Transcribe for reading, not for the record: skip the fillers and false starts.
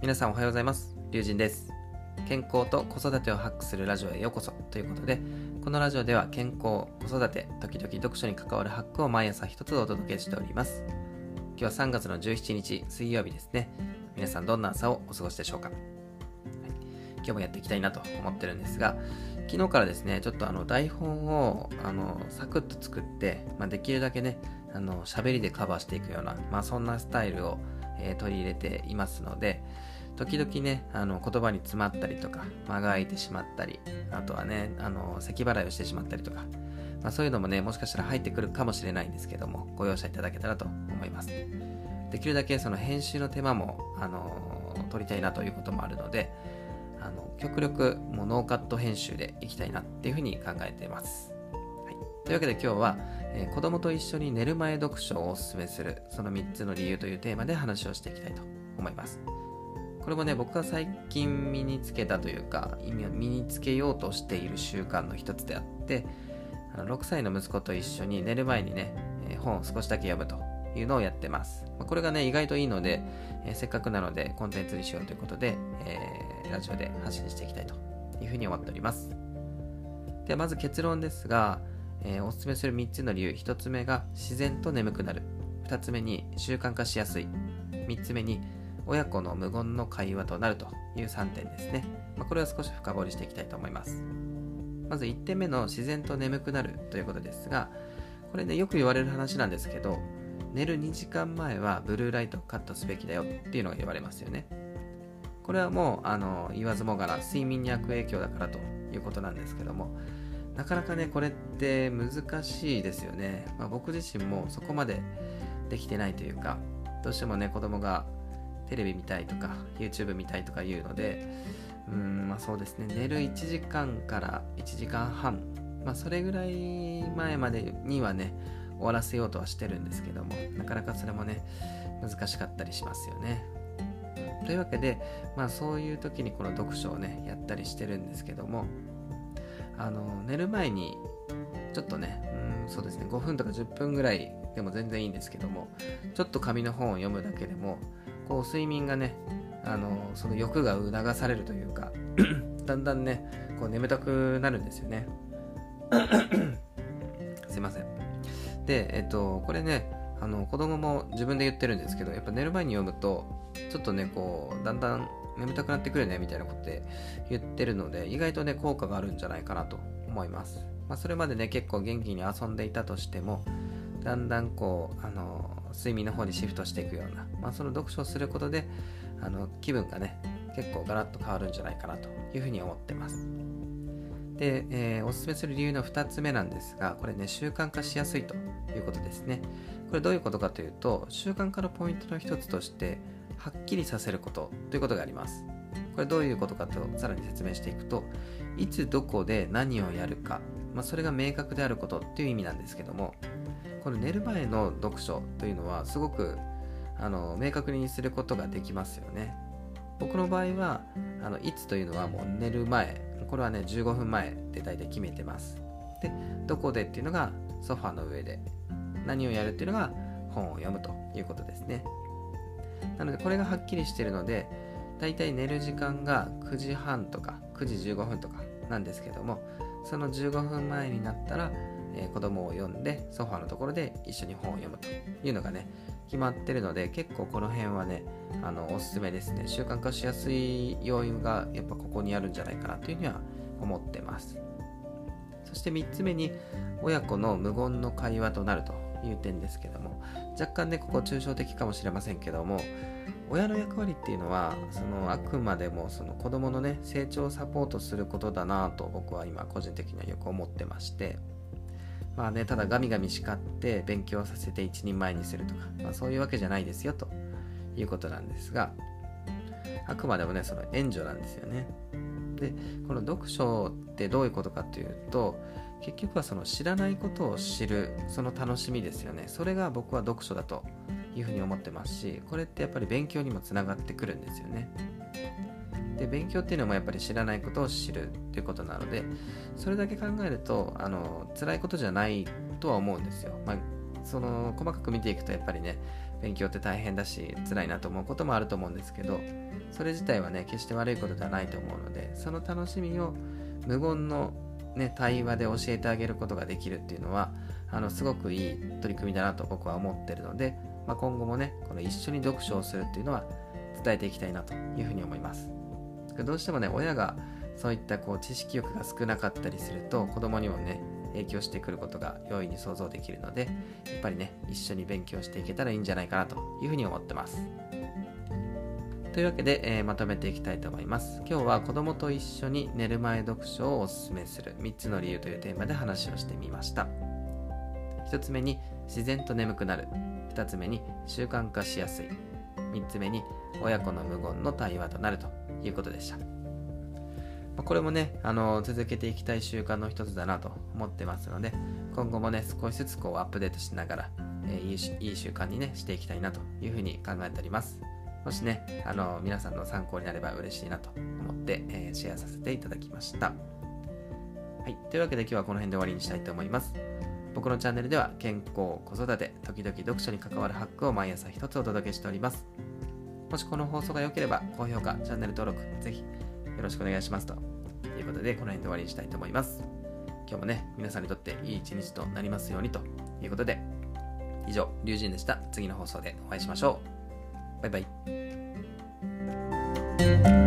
皆さんおはようございます。龍神です。健康と子育てをハックするラジオへようこそということで、このラジオでは健康、子育て、時々読書に関わるハックを毎朝一つお届けしております。今日は3月の17日水曜日ですね。皆さんどんな朝をお過ごしでしょうか。今日もやっていきたいなと思ってるんですが、昨日からですね、ちょっと台本をサクッと作って、できるだけね、喋りでカバーしていくような、そんなスタイルを、取り入れていますので、時々ね、言葉に詰まったりとか、間が空いてしまったり、あとはね、咳払いをしてしまったりとか、そういうのもね、もしかしたら入ってくるかもしれないんですけども、ご容赦いただけたらと思います。できるだけその編集の手間も、取りたいなということもあるので、極力もうノーカット編集でいきたいなっていうふうに考えています。はい、というわけで今日は、子供と一緒に寝る前読書をおすすめするその3つの理由というテーマで話をしていきたいと思います。これもね、僕が最近身につけたというか身につけようとしている習慣の一つであって、6歳の息子と一緒に寝る前にね、本を少しだけ読むというのをやってます。これがね意外といいので、せっかくなのでコンテンツにしようということで、ラジオで発信していきたいというふうに思っております。ではまず結論ですが、おすすめする3つの理由。1つ目が自然と眠くなる、2つ目に習慣化しやすい、3つ目に親子の無言の会話となるという3点ですね。これを少し深掘りしていきたいと思います。まず1点目の自然と眠くなるということですが、これねよく言われる話なんですけど、寝る2時間前はブルーライトをカットすべきだよっていうのが言われますよね。これはもう言わずもがな睡眠に悪影響だからということなんですけども、なかなかねこれって難しいですよね。僕自身もそこまでできてないというか、どうしてもね子供がテレビ見たいとか YouTube 見たいとか言うので、そうですね、寝る1時間から1時間半、それぐらい前までにはね終わらせようとはしてるんですけども、なかなかそれもね難しかったりしますよね。というわけで、そういう時にこの読書をねやったりしてるんですけども、寝る前にちょっとね、そうですね、5分とか10分ぐらいでも全然いいんですけども、ちょっと紙の本を読むだけでもこう睡眠がねその欲が促されるというかだんだんねこう眠たくなるんですよねすいません。で、これね子供も自分で言ってるんですけど、やっぱ寝る前に読むとちょっとねこうだんだん眠たくなってくるねみたいなことで言ってるので、意外とね効果があるんじゃないかなと思います。それまでね結構元気に遊んでいたとしても、だんだんこう睡眠の方にシフトしていくような、その読書をすることで気分がね結構ガラッと変わるんじゃないかなというふうに思ってます。で、おすすめする理由の2つ目なんですが、これね習慣化しやすいということですね。これどういうことかというと、習慣化のポイントの一つとしてはっきりさせることということがあります。これどういうことかとさらに説明していくと、いつどこで何をやるか、それが明確であることっていう意味なんですけども、この寝る前の読書というのはすごく明確にすることができますよね。僕の場合はいつというのはもう寝る前、これはね15分前で大体決めてます。で、どこでっていうのがソファの上で、何をやるっていうのが本を読むということですね。なのでこれがはっきりしているので、大体寝る時間が9時半とか9時15分とかなんですけども、その15分前になったら、子供を呼んでソファのところで一緒に本を読むというのがね決まってるので、結構この辺はねおすすめですね。習慣化しやすい要因がやっぱここにあるんじゃないかなというふうには思ってます。そして3つ目に親子の無言の会話となるという点ですけども、若干ねここ抽象的かもしれませんけども、親の役割っていうのはあくまでもその子供のね成長をサポートすることだなと僕は今個人的にはよく思ってまして、ただガミガミ叱って勉強させて一人前にするとか、そういうわけじゃないですよということなんですが、あくまでもねその援助なんですよね。で、この読書ってどういうことかというと、結局はその知らないことを知るその楽しみですよね。それが僕は読書だというふうに思ってますし、これってやっぱり勉強にもつながってくるんですよね。で、勉強っていうのもやっぱり知らないことを知るということなので、それだけ考えると辛いことじゃないとは思うんですよ。 その細かく見ていくとやっぱりね、勉強って大変だし辛いなと思うこともあると思うんですけど、それ自体はね決して悪いことではないと思うので、その楽しみを無言のね対話で教えてあげることができるっていうのはすごくいい取り組みだなと僕は思ってるので、今後もねこの一緒に読書をするっていうのは伝えていきたいなというふうに思います。どうしてもね親がそういった知識欲が少なかったりすると子供にもね影響してくることが容易に想像できるので、やっぱりね一緒に勉強していけたらいいんじゃないかなというふうに思ってます。というわけで、まとめていきたいと思います。今日は子供と一緒に寝る前読書をおすすめする3つの理由というテーマで話をしてみました。1つ目に自然と眠くなる、2つ目に習慣化しやすい、3つ目に親子の無言の対話となるということでした。これもね続けていきたい習慣の一つだなと思ってますので、今後もね少しずつアップデートしながら、いい習慣にねしていきたいなというふうに考えております。もしね皆さんの参考になれば嬉しいなと思って、シェアさせていただきました。はい、というわけで今日はこの辺で終わりにしたいと思います。僕のチャンネルでは健康、子育て、時々読書に関わるハックを毎朝一つお届けしております。もしこの放送が良ければ高評価、チャンネル登録ぜひよろしくお願いしますということで、この辺で終わりにしたいと思います。今日もね皆さんにとっていい一日となりますようにということで、以上龍神でした。次の放送でお会いしましょう。バイバイ。